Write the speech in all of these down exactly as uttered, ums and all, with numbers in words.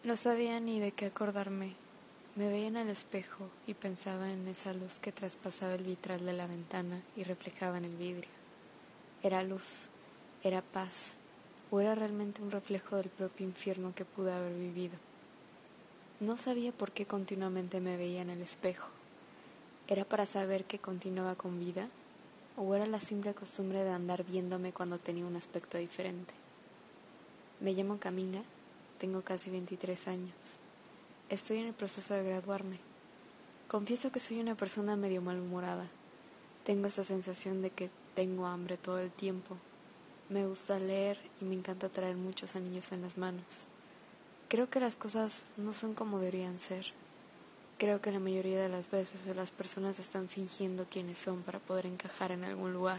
No sabía ni de qué acordarme. Me veía en el espejo y pensaba en esa luz que traspasaba el vitral de la ventana y reflejaba en el vidrio. Era luz, era paz, o era realmente un reflejo del propio infierno que pude haber vivido. No sabía por qué continuamente me veía en el espejo. ¿Era para saber que continuaba con vida? ¿O era la simple costumbre de andar viéndome cuando tenía un aspecto diferente? Me llamo Camila, tengo casi veintitrés años. Estoy en el proceso de graduarme. Confieso que soy una persona medio malhumorada. Tengo esa sensación de que tengo hambre todo el tiempo. Me gusta leer y me encanta traer muchos anillos en las manos. Creo que las cosas no son como deberían ser. Creo que la mayoría de las veces las personas están fingiendo quiénes son para poder encajar en algún lugar.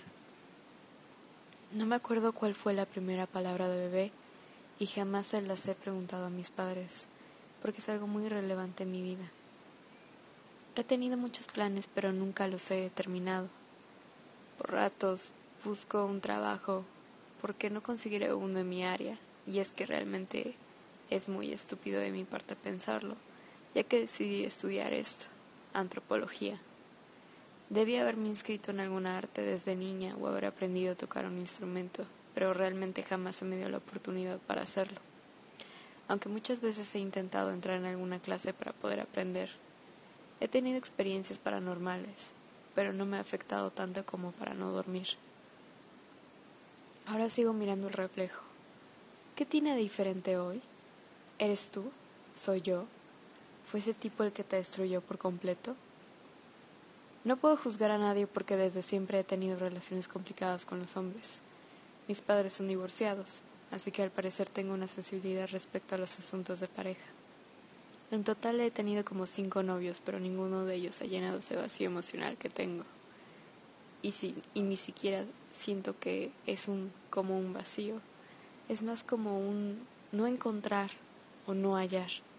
No me acuerdo cuál fue la primera palabra de bebé y jamás se las he preguntado a mis padres, porque es algo muy relevante en mi vida. He tenido muchos planes, pero nunca los he terminado. Por ratos busco un trabajo, porque no conseguiré uno en mi área, y es que realmente es muy estúpido de mi parte pensarlo, ya que decidí estudiar esto, antropología. Debí haberme inscrito en alguna arte desde niña o haber aprendido a tocar un instrumento, pero realmente jamás se me dio la oportunidad para hacerlo. Aunque muchas veces he intentado entrar en alguna clase para poder aprender. He tenido experiencias paranormales, pero no me ha afectado tanto como para no dormir. Ahora sigo mirando el reflejo. ¿Qué tiene de diferente hoy? ¿Eres tú? ¿Soy yo? ¿Fue ese tipo el que te destruyó por completo? No puedo juzgar a nadie porque desde siempre he tenido relaciones complicadas con los hombres. Mis padres son divorciados, así que al parecer tengo una sensibilidad respecto a los asuntos de pareja. En total he tenido como cinco novios, pero ninguno de ellos ha llenado ese vacío emocional que tengo. Y, si, y ni siquiera siento que es un como un vacío. Es más como un no encontrar o no hallar.